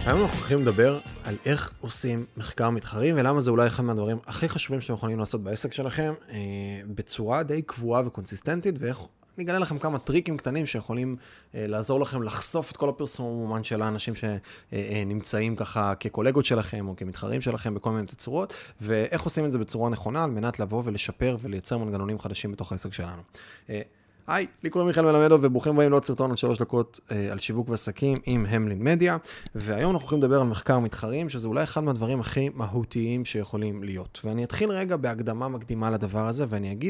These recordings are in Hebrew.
היום אנחנו הולכים לדבר על איך עושים מחקר מתחרים, ולמה זה אולי אחד מהדברים הכי חשובים שאתם יכולים לעשות בעסק שלכם, בצורה די קבועה וקונסיסטנטית, ואיך אני אגלה לכם כמה טריקים קטנים שיכולים לעזור לכם לחשוף את כל הפרסום המומן של האנשים שנמצאים ככה כקולגות שלכם או כמתחרים שלכם בכל מיני תצורות, ואיך עושים את זה בצורה נכונה על מנת לבוא ולשפר ולייצר מנגנונים חדשים בתוך העסק שלנו. היי, לי קוראים מיכאל מלמדוב, וברוכים הבאים לעוד סרטון על 3 דקות על שיווק ועסקים עם המלין מדיה, והיום אנחנו הולכים לדבר על מחקר מתחרים, שזה אולי אחד מהדברים הכי מהותיים שיכולים להיות. ואני אתחיל רגע בהקדמה מקדימה לדבר הזה, ואני אגיד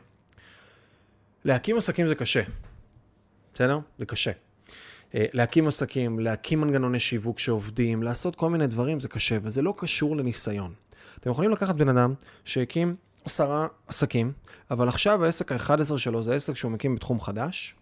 להקים עסקים זה קשה. בסדר? זה קשה. להקים עסקים, להקים מנגנוני שיווק שעובדים, לעשות כל מיני דברים זה קשה, וזה לא קשור לניסיון. אתם יכולים לקחת בן אדם שהקים 10 עסקים, אבל עכשיו העסק ה-11 שלו זה עסק שהוא מקים בתחום חדש,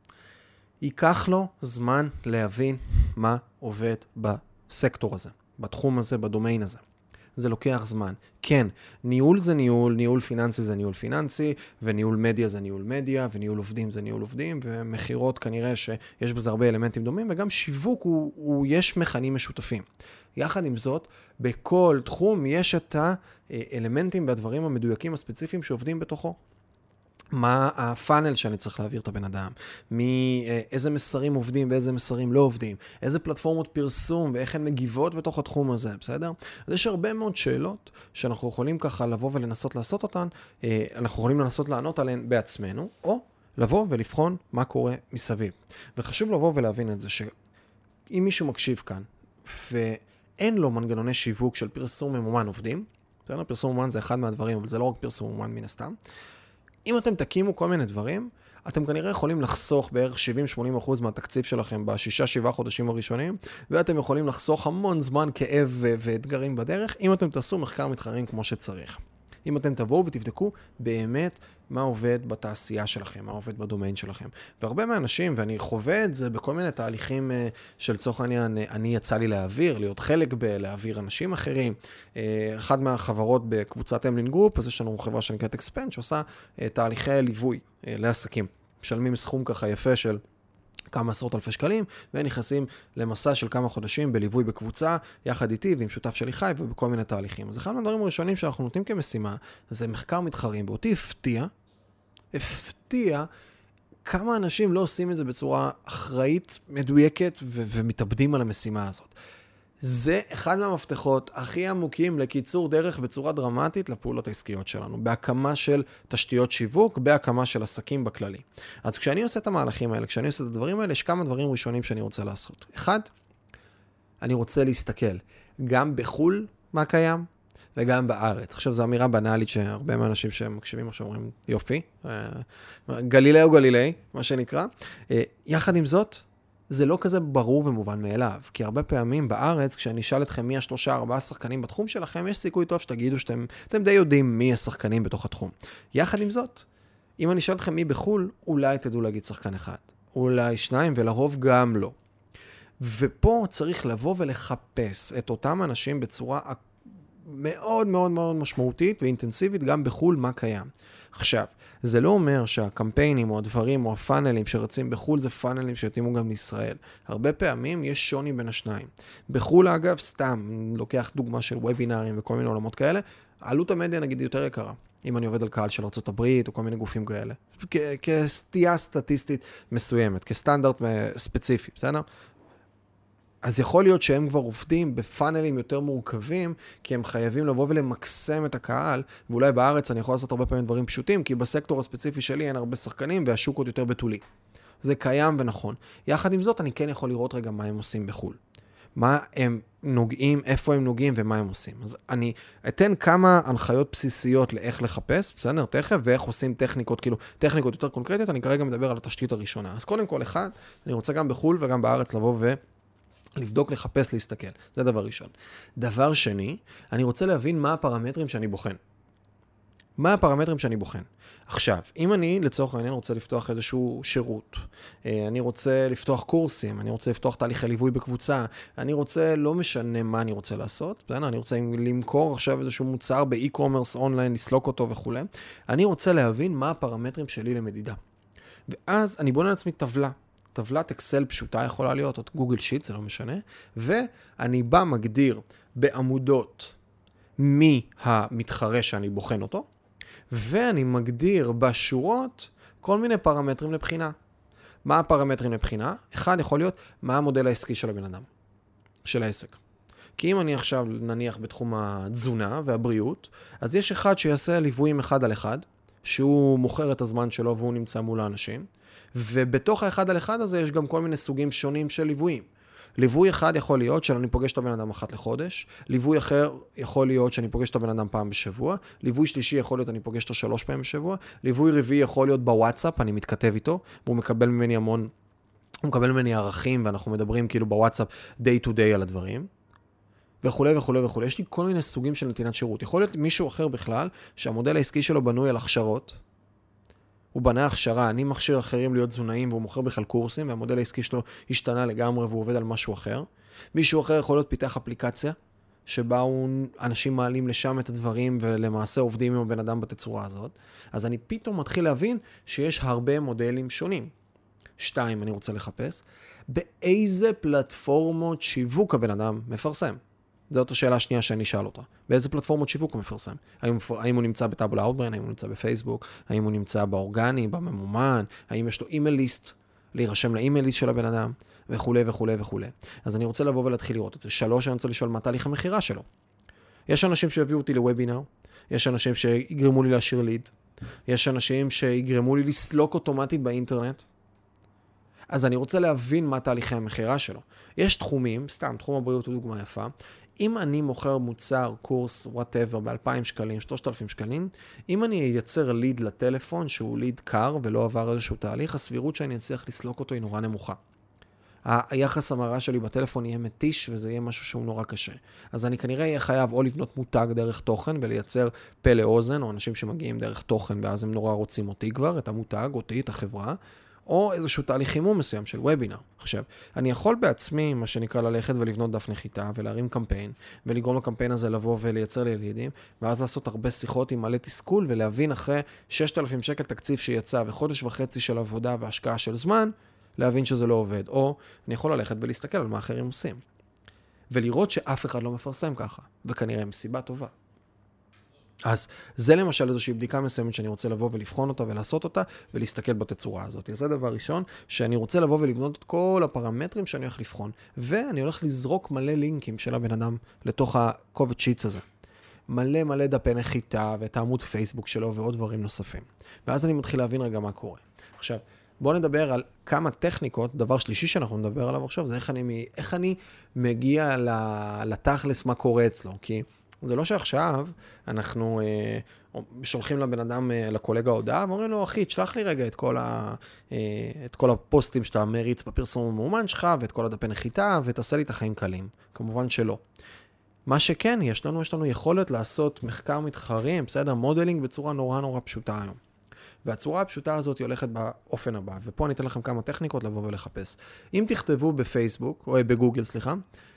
ייקח לו זמן להבין מה עובד בסקטור הזה, בתחום הזה, בדומיין הזה. זה לוקח זמן. כן, ניהול זה ניהול, ניהול פיננסי זה ניהול פיננסי, וניהול מדיה זה ניהול מדיה, וניהול עובדים זה ניהול עובדים, ומחירות כנראה שיש בזה הרבה אלמנטים דומים, וגם שיווק יש מכנים משותפים. יחד עם זאת, בכל תחום יש את האלמנטים והדברים המדויקים הספציפיים שעובדים בתוכו. מה הפאנל שאני צריך להעביר את הבן אדם, איזה מסרים עובדים ואיזה מסרים לא עובדים, איזה פלטפורמות פרסום ואיך הן מגיבות בתוך התחום הזה, בסדר? אז יש הרבה מאוד שאלות שאנחנו יכולים ככה לבוא ולנסות לעשות אותן, אנחנו יכולים לנסות לענות עליהן בעצמנו, או לבוא ולבחון מה קורה מסביב. וחשוב לבוא ולהבין את זה, שאם מישהו מקשיב כאן, ואין לו מנגנוני שיווק של פרסום ממומן עובדים, בסדר? פרסום ממומן זה אחד מהדברים, אבל זה לא רק פרסום ממומן מן הסתם, אם אתם תקימו כל מיני דברים, אתם כנראה יכולים לחסוך בערך 70-80% מהתקציב שלכם ב6-7 חודשים הראשונים, ואתם יכולים לחסוך המון זמן, כאב ואתגרים בדרך, אם אתם תעשו מחקר מתחרים כמו שצריך. אם אתם תבואו ותבדקו באמת מה עובד בתעשייה שלכם, מה עובד בדומיין שלכם. והרבה מהאנשים, ואני חווה את זה בכל מיני תהליכים של צורך העניין, אני יצא לי להיות חלק להעביר אנשים אחרים. אחד מהחברות בקבוצת המלין גרופ, אז יש לנו חברה שנקראת אקספנד, שעושה תהליכי ליווי לעסקים. משלמים סכום ככה יפה של כמה עשרות אלפי שקלים, ונכנסים למסע של כמה חודשים בליווי בקבוצה, יחד איתי ועם שותף שלי חי ובכל מיני תהליכים. אז אחד מהדברים הראשונים שאנחנו נותנים כמשימה, זה מחקר מתחרים. באותי הפתיע כמה אנשים לא עושים את זה בצורה אחראית, מדויקת ומתאבדים על המשימה הזאת. זה אחד מהמפתחות הכי עמוקים לקיצור דרך בצורה דרמטית לפעולות העסקיות שלנו, בהקמה של תשתיות שיווק, בהקמה של עסקים בכללי. אז כשאני עושה את המהלכים האלה, כשאני עושה את הדברים האלה, יש כמה דברים ראשונים שאני רוצה לעשות. אחד, אני רוצה להסתכל גם בחול מה קיים, וגם בארץ. עכשיו, זו אמירה בנאלית שהרבה מהאנשים שמקשיבים עכשיו אומרים, יופי, גלילי, מה שנקרא. יחד עם זאת, זה לא כזה ברור ומובן מאליו, כי הרבה פעמים בארץ, כשאני אשאל אתכם מי 3-4 שחקנים בתחום שלכם, יש סיכוי טוב שתגידו שאתם די יודעים מי השחקנים בתוך התחום. יחד עם זאת, אם אני אשאל אתכם מי בחול, אולי תדעו להגיד שחקן אחד, אולי 2, ולרוב גם לא. ופה צריך לבוא ולחפש את אותם אנשים בצורה מאוד מאוד מאוד משמעותית ואינטנסיבית גם בחול מה קיים. עכשיו, זה לא אומר שהקמפיינים או הדברים או הפאנלים שרצים בחול זה פאנלים שיתאימו גם לישראל. הרבה פעמים יש שוני בין השניים. בחול אגב, סתם, לוקח דוגמה של וובינרים וכל מיני עולמות כאלה, עלות המדיה נגיד יותר יקרה. אם אני עובד על קהל של ארצות הברית או כל מיני גופים כאלה. כסטייה סטטיסטית מסוימת, כסטנדרט ספציפי, בסדר? אז יכול להיות שהם כבר עובדים בפאנלים יותר מורכבים, כי הם חייבים לבוא ולמקסם את הקהל, ואולי בארץ אני יכול לעשות הרבה פעמים דברים פשוטים, כי בסקטור הספציפי שלי אין הרבה שחקנים, והשוק עוד יותר בתולי. זה קיים ונכון. יחד עם זאת, אני כן יכול לראות רגע מה הם עושים בחול. מה הם נוגעים, איפה הם נוגעים ומה הם עושים. אז אני אתן כמה הנחיות בסיסיות לאיך לחפש, בסדר, תכף, ואיך עושים טכניקות, כאילו, טכניקות יותר קונקרטיות, אני כרגע מדבר על התשתית הראשונה. אז קודם כל, אחד, אני רוצה גם בחול וגם בארץ לבוא לבדוק, לחפש, להסתכל. זה דבר ראשון. דבר שני, אני רוצה להבין מה הפרמטרים שאני בוחן. מה הפרמטרים שאני בוחן? עכשיו, אם אני לצורך העניין רוצה לפתוח איזשהו שירות, אני רוצה לפתוח קורסים, אני רוצה לפתוח תהליכי ליווי בקבוצה, אני רוצה, לא משנה מה אני רוצה לעשות, אני רוצה למכור עכשיו איזשהו מוצר באי-קומרס אונליין, לסלוק אותו וכו'. אני רוצה להבין מה הפרמטרים שלי למדידה. ואז אני בונה לעצמי טבלה טבלת אקסל פשוטה יכולה להיות, או גוגל שיט, זה לא משנה, ואני בא מגדיר בעמודות מי המתחרה שאני בוחן אותו, ואני מגדיר בשורות כל מיני פרמטרים לבחינה. מה הפרמטרים לבחינה? אחד יכול להיות מה המודל העסקי של הבן אדם, של העסק. כי אם אני עכשיו נניח בתחום התזונה והבריאות, אז יש אחד שיעשה ליוויים אחד על אחד, שהוא מוכר את הזמן שלו והוא נמצא מול האנשים, ובתוך האחד על אחד הזה יש גם כל מיני סוגים שונים של ליוויים. ליווי אחד יכול להיות שאני פוגש את הבן אדם אחת לחודש, ליווי אחר יכול להיות שאני פוגש את הבן אדם פעם בשבוע, ליווי שלישי יכול להיות אני פוגש אותו 3 פעמים בשבוע, ליווי רביעי יכול להיות בוואטסאפ, אני מתכתב איתו, והוא מקבל ממני המון, הוא מקבל ממני ערכים, ואנחנו מדברים כאילו בוואטסאפ day to day על הדברים. וכולי וכולי וכולי. יש לי כל מיני סוגים של נתינת שירות. יכול להיות מישהו אחר בכלל, שהמודל העסקי שלו בנוי על הכשרות. הוא בנה הכשרה, אני מכשיר אחרים להיות תזונאים, והוא מוכר בכלל קורסים, והמודל העסקי שלו השתנה לגמרי, והוא עובד על משהו אחר. מישהו אחר יכול להיות פיתח אפליקציה, שבה אנשים מעלים לשם את הדברים, ולמעשה עובדים עם הבן אדם בתצורה הזאת. אז אני פתאום מתחיל להבין שיש הרבה מודלים שונים. 2, אני רוצה לחפש, באיזה פלטפורמות שיווק הבן אדם מפרסם. זאת השאלה השנייה שאני אשאל אותה. באיזה פלטפורמות שיווק הוא מפרסם? האם הוא נמצא בטאבולה אאוטברן, האם הוא נמצא בפייסבוק, האם הוא נמצא באורגני, בממומן, האם יש לו אימייל ליסט, להירשם לאימייל ליסט של הבן אדם, וכו' וכו' וכו'. אז אני רוצה לבוא ולהתחיל לראות את זה. 3, אני רוצה לשאול מה תהליך המחירה שלו. יש אנשים שהביאו אותי לוובינר, יש אנשים שיגרמו לי להשאיר ליד, יש אנשים שיגרמו לי לסלוק אוטומטית באינטרנט. אז אני רוצה להבין מה תהליכי המחירה שלו. יש תחומים, סתם, תחום הבריאות הוא דוגמה יפה. אם אני מוכר מוצר, קורס, whatever, ב-2,000 שקלים, 3,000 שקלים, אם אני אייצר ליד לטלפון, שהוא ליד קר ולא עבר איזשהו תהליך, הסבירות שאני אצליח לסלוק אותו היא נורא נמוכה. היחס המרה שלי בטלפון יהיה מתיש, וזה יהיה משהו שהוא נורא קשה. אז אני כנראה יהיה חייב או לבנות מותג דרך תוכן, ולייצר פה לאוזן, או אנשים שמגיעים דרך תוכן, ואז הם נורא רוצים אותי כבר, את המותג, אותי, את החברה, או איזשהו תהליך חימום מסוים של וובינר. עכשיו, אני יכול בעצמי, מה שנקרא, ללכת ולבנות דף נחיתה, ולהרים קמפיין, ולגרום לקמפיין הזה לבוא ולייצר לי לידים, ואז לעשות הרבה שיחות עם מלא תסכול, ולהבין אחרי 6,000 שקל תקציב שיצא, וחודש וחצי של עבודה והשקעה של זמן, להבין שזה לא עובד. או אני יכול ללכת ולהסתכל על מה אחרים עושים. ולראות שאף אחד לא מפרסם ככה, וכנראה מסיבה טובה. אז זה למשל איזושהי בדיקה מסוימת שאני רוצה לבוא ולבחון אותה ולעשות אותה ולהסתכל בתצורה הזאת. זה דבר ראשון שאני רוצה לבוא ולבנות את כל הפרמטרים שאני הולך לבחון. ואני הולך לזרוק מלא לינקים של הבן אדם לתוך הקובץ שיטס הזה. מלא דפי נחיתה ואת העמוד פייסבוק שלו ועוד דברים נוספים. ואז אני מתחיל להבין רגע מה קורה. עכשיו, בואו נדבר על כמה טכניקות. דבר שלישי שאנחנו נדבר עליו עכשיו זה איך אני מגיע לתכלס מה קורה אצלו. כי זה לא שעכשיו אנחנו שולחים לבן אדם, לקולגה הודעה, ואומרים לו, אחי, תשלח לי רגע את כל הפוסטים שאתה מריץ בפרסום המאומן שלך, ואת כל הדפי נחיתה, ותעשה לי את החיים קלים. כמובן שלא. מה שכן, יש לנו יכולת לעשות מחקר מתחרים, בסדר, מודלינג בצורה נורא פשוטה היום. והצורה הפשוטה הזאת היא הולכת באופן הבא, ופה אני אתן לכם כמה טכניקות לבוא ולחפש. אם תכתבו בפייסבוק, או בגוגל, סליחה,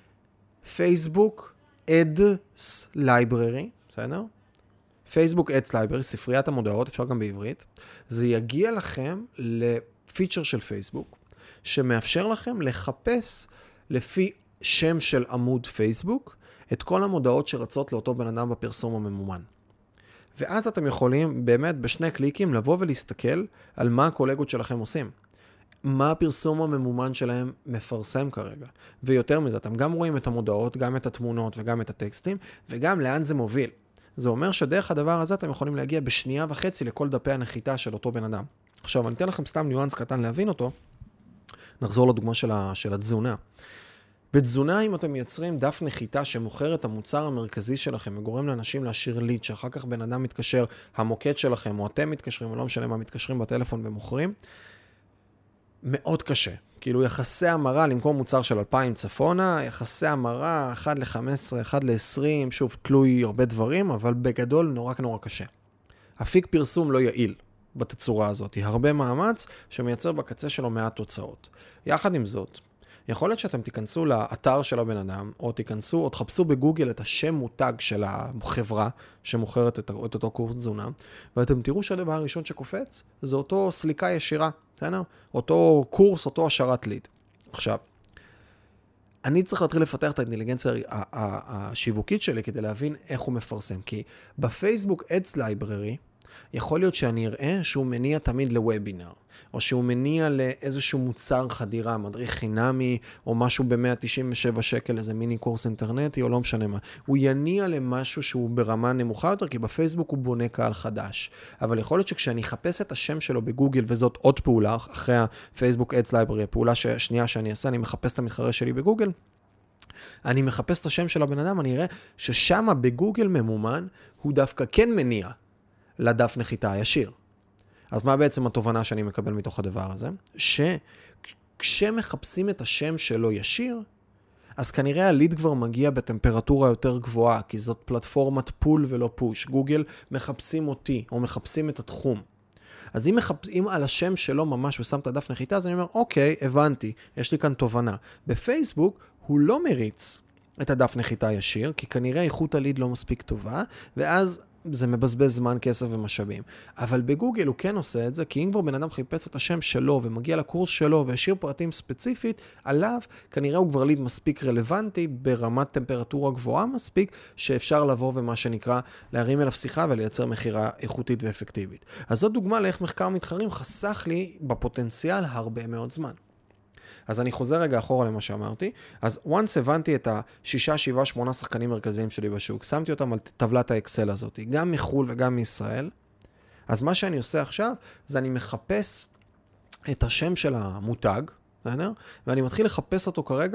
פייסבוק Ads Library, בסדר? פייסבוק Ads Library, ספריית המודעות, אפשר גם בעברית. זה יגיע לכם לפיצ'ר של פייסבוק, שמאפשר לכם לחפש לפי שם של עמוד פייסבוק, את כל המודעות שרצות לאותו בן אדם בפרסום הממומן. ואז אתם יכולים באמת בשני קליקים לבוא ולהסתכל על מה הקולגות שלכם עושים. מה הפרסום הממומן שלהם מפרסם כרגע. ויותר מזה, אתם גם רואים את המודעות, גם את התמונות וגם את הטקסטים, וגם לאן זה מוביל. זה אומר שדרך הדבר הזה אתם יכולים להגיע בשנייה וחצי לכל דפי הנחיתה של אותו בן אדם. עכשיו, אני אתן לכם סתם ניואנס קטן להבין אותו. נחזור לדוגמה של התזונה. בתזונה, אם אתם מייצרים דף נחיתה שמוכר את המוצר המרכזי שלכם וגורם לאנשים להשאיר ליד, שאחר כך בן אדם מתקשר, המוקד שלכם או אתם מתקשרים, או לא משנה מה, מתקשרים בטלפון ומוכרים, מאוד קשה. כאילו יחסי המרה למכור מוצר של 2,000 צפונה, יחסי המרה 1 ל-15, 1 ל-20, שוב תלוי הרבה דברים, אבל בגדול נורא קשה. אפיק פרסום לא יעיל בתצורה הזאת, היא הרבה מאמץ שמייצר בקצה שלו מעט תוצאות. יחד עם זאת, יכול להיות שאתם תיכנסו לאתר של הבן אדם, או תיכנסו, או תחפשו בגוגל את השם מותג של החברה שמוכרת את אותו קורס תזונה, ואתם תראו שהדבר הראשון שקופץ, זה אותו סליקה ישירה. בסדר? אותו קורס, אותו השארת ליד. עכשיו, אני צריך להתחיל לפתח את האינטליגנציה השיווקית שלי כדי להבין איך הוא מפרסם. כי בפייסבוק Ads Library יכול להיות שאני אראה שהוא מניע תמיד לוובינר, או שהוא מניע לאיזשהו מוצר חדירה, מדריך חינמי, או משהו ב-197 שקל, איזה מיני קורס אינטרנטי, או לא משנה מה. הוא יניע למשהו שהוא ברמה נמוכה יותר, כי בפייסבוק הוא בונה קהל חדש. אבל יכול להיות שכשאני אחפש את השם שלו בגוגל, וזאת עוד פעולה, אחרי הפייסבוק Ads Library, הפעולה השנייה שאני אעשה, אני מחפש את המתחרה שלי בגוגל, אני מחפש את השם של הבן אדם, אני אראה ששם בגוגל ממומן, הוא דווקא כן מניע לדף נחיתה הישיר. אז מה בעצם התובנה שאני מקבל מתוך הדבר הזה? שכשמחפשים את השם שלו ישיר, אז כנראה הליד כבר מגיע בטמפרטורה יותר גבוהה, כי זאת פלטפורמת פול ולא פוש. גוגל מחפשים אותי, או מחפשים את התחום. אז אם על השם שלו ממש הוא שם את הדף נחיתה, אז אני אומר, אוקיי, הבנתי, יש לי כאן תובנה. בפייסבוק הוא לא מריץ את הדף נחיתה ישיר, כי כנראה איכות הליד לא מספיק טובה, ואז זה מבזבז זמן, כסף ומשאבים. אבל בגוגל הוא כן עושה את זה, כי אם כבר בן אדם חיפש את השם שלו ומגיע לקורס שלו והשאיר פרטים ספציפית עליו, כנראה הוא כבר ליד מספיק רלוונטי ברמת טמפרטורה גבוהה מספיק, שאפשר לבוא ומה שנקרא להרים אליו שיחה ולייצר מחירה איכותית ואפקטיבית. אז זאת דוגמה לאיך מחקר מתחרים חסך לי בפוטנציאל הרבה מאוד זמן. אז אני חוזר רגע אחורה למה שאמרתי. אז once הבנתי את 6, 7, 8 שחקנים מרכזיים שלי בשוק, שמתי אותם על טבלת האקסל הזאת, גם מחול וגם מישראל. אז מה שאני עושה עכשיו, זה אני מחפש את השם של המותג, ואני מתחיל לחפש אותו כרגע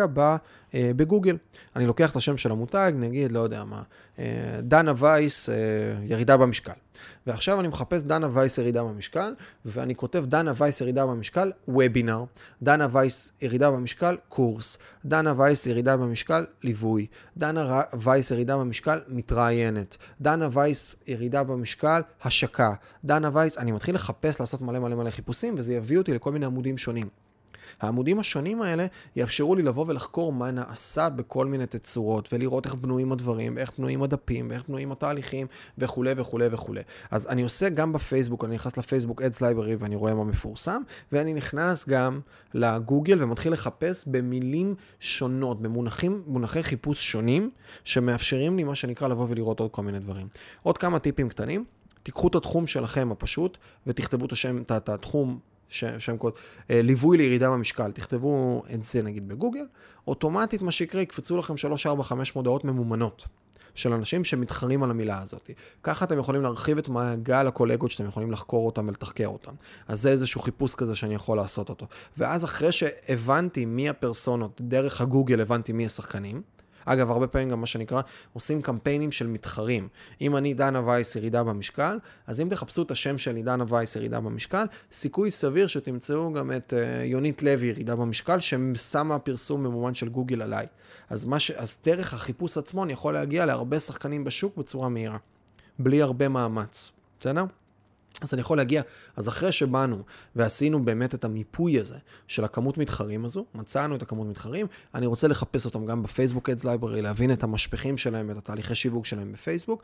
בגוגל. אני לוקח את השם של המותג, נגיד, לא יודע מה, דנה וייס, ירידה במשקל. ועכשיו אני מחפש דנה וייס ירידה במשקל, ואני כותב דנה וייס ירידה במשקל, וובינר, דנה וייס ירידה במשקל, קורס, דנה וייס ירידה במשקל, ליווי, דנה וייס ירידה במשקל, מתראיינת, דנה וייס ירידה במשקל, השקה, דנה וייס, אני מתחיל לחפש, לעשות מלא מלא מלא חיפושים, וזה יביא אותי לכל מיני עמודים שונים. העמודים השונים האלה יאפשרו לי לבוא ולחקור מה נעשה בכל מיני תצורות, ולראות איך בנויים הדברים, איך בנויים הדפים, ואיך בנויים התהליכים, וכו' וכו' וכו'. אז אני עושה גם בפייסבוק, אני נכנס לפייסבוק Ads Library ואני רואה מה מפורסם, ואני נכנס גם לגוגל ומתחיל לחפש במילים שונות, במונחי חיפוש שונים, שמאפשרים לי מה שנקרא לבוא ולראות עוד כל מיני דברים. עוד כמה טיפים קטנים, תיקחו את התחום שלכם הפשוט, ותכתבו את התחום שם קוד, ליווי לירידה במשקל, תכתבו את זה נגיד בגוגל, אוטומטית מה שיקרה, יקפצו לכם 3, 4, 5 מודעות ממומנות של אנשים שמתחרים על המילה הזאת. ככה אתם יכולים להרחיב את מעגל הקולגות שאתם יכולים לחקור אותם ולתחקר אותם. אז זה איזשהו חיפוש כזה שאני יכול לעשות אותו. ואז אחרי שהבנתי מי הפרסונות, דרך הגוגל הבנתי מי השחקנים, אגב, הרבה פעמים גם מה שנקרא, עושים קמפיינים של מתחרים. אם אני דנה וייס ירידה במשקל, אז אם תחפשו את השם שלי דנה וייס ירידה במשקל, סיכוי סביר שתמצאו גם את יונית לוי ירידה במשקל, ששמה פרסום ממומן של גוגל עליי. אז דרך החיפוש עצמו אני יכול להגיע להרבה שחקנים בשוק בצורה מהירה, בלי הרבה מאמץ. בסדר? אז אני יכול להגיע, אז אחרי שבאנו ועשינו באמת את המיפוי הזה של הכמות מתחרים הזו, מצאנו את הכמות מתחרים, אני רוצה לחפש אותם גם בפייסבוק Ads Library, להבין את המשפחים שלהם, את התהליכי שיווק שלהם בפייסבוק,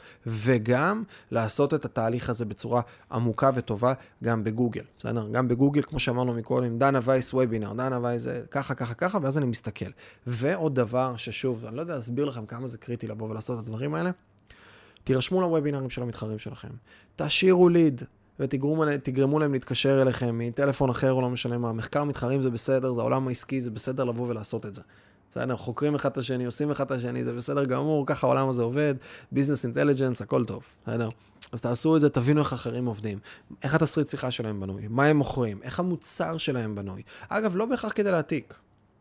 וגם לעשות את התהליך הזה בצורה עמוקה וטובה גם בגוגל. בסדר? גם בגוגל, כמו שאמרנו מקודם, דנה וייס וובינר, דנה וייס ככה, ככה, ככה, ואז אני מסתכל. ועוד דבר ששוב, אני לא יודע להסביר לכם כמה זה קריטי לבוא ולעשות את הדברים האלה, תירשמו לוובינרים של המתחרים שלכם. תשאירו ליד. ותגרמו להם להתקשר אליכם מטלפון אחר או לא משנה מה. מחקר מתחרים זה בסדר, זה העולם העסקי, זה בסדר לבוא ולעשות את זה. בסדר, חוקרים אחד את השני, עושים אחד את השני, זה בסדר גמור, ככה העולם הזה עובד, ביזנס אינטליג'נס, הכל טוב. בסדר? אז תעשו את זה, תבינו איך אחרים עובדים, איך התסריט שיחה שלהם בנוי, מה הם מוכרים, איך המוצר שלהם בנוי. אגב, לא בהכרח כדי להעתיק,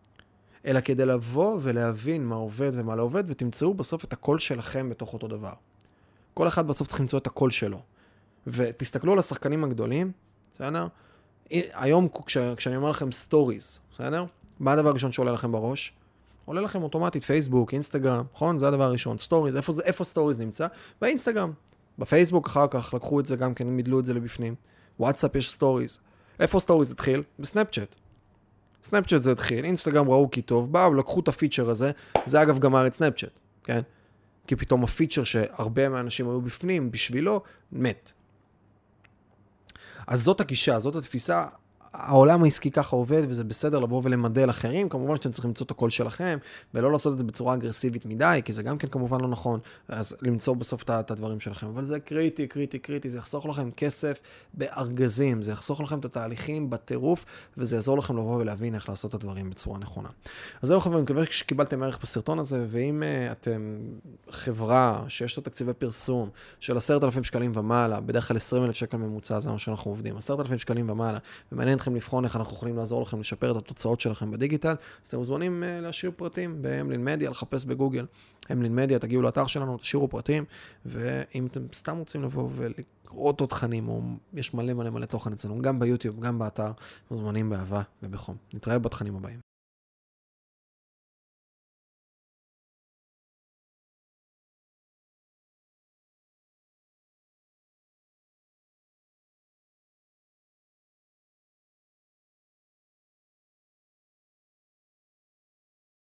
אלא כדי לבוא ולהבין מה עובד ומה לא עובד, ותמצאו בסוף את הקול שלכם בתוך אותו דבר. כל אחד בסוף צריך למצוא את הקול שלו. ותסתכלו על השחקנים הגדולים, בסדר? היום כשאני אומר לכם סטוריז, בסדר? מה הדבר הראשון שעולה לכם בראש? עולה לכם אוטומטית פייסבוק, אינסטגרם, נכון? זה הדבר הראשון. סטוריז, איפה סטוריז נמצא? באינסטגרם. בפייסבוק אחר כך לקחו את זה גם כן, מידלו את זה לבפנים. וואטסאפ יש סטוריז. איפה סטוריז התחיל? בסנאפצ'אט. סנאפצ'אט זה התחיל, אינסטגרם ראו כי טוב, באו, לקחו את הפיצ'ר הזה, זה אגב גמר את סנאפצ'אט, כן? כי פתאום הפיצ'ר שהרבה מהאנשים היו בפנים, בשבילו, מת. אז זאת הגישה, זאת התפיסה העולם העסקי ככה עובד, וזה בסדר לבוא ולמדל אחרים, כמובן שאתם צריכים למצוא את הקול שלכם, ולא לעשות את זה בצורה אגרסיבית מדי, כי זה גם כן כמובן לא נכון, אז למצוא בסוף את הדברים שלכם, אבל זה קריטי, קריטי, קריטי, זה יחסוך לכם כסף בארגזים, זה יחסוך לכם את התהליכים בטירוף, וזה יעזור לכם לבוא ולהבין איך לעשות את הדברים בצורה נכונה. אז זהו חברים, אני מקווה שקיבלתם ערך בסרטון הזה, ואם אתם חברה שיש לה תקציבי פרסום של 10,000 שקלים ומעלה, בדרך כלל 20,000 שקל ממוצע, זה מה שאנחנו עובדים, 10,000 שקלים ומעלה, ומעניין אתכם לבחון איך אנחנו יכולים לעזור לכם לשפר את התוצאות שלכם בדיגיטל, אז אתם מוזמנים להשאיר פרטים בהמלין מדיה, לחפש בגוגל, המלין מדיה, תגיעו לאתר שלנו, תשאירו פרטים, ואם אתם סתם רוצים לבוא ולראות עוד תכנים, או יש מלא מלא מלא תוכן אצלנו, גם ביוטיוב, גם באתר, מוזמנים באהבה ובחום. נתראה בתכנים הבאים.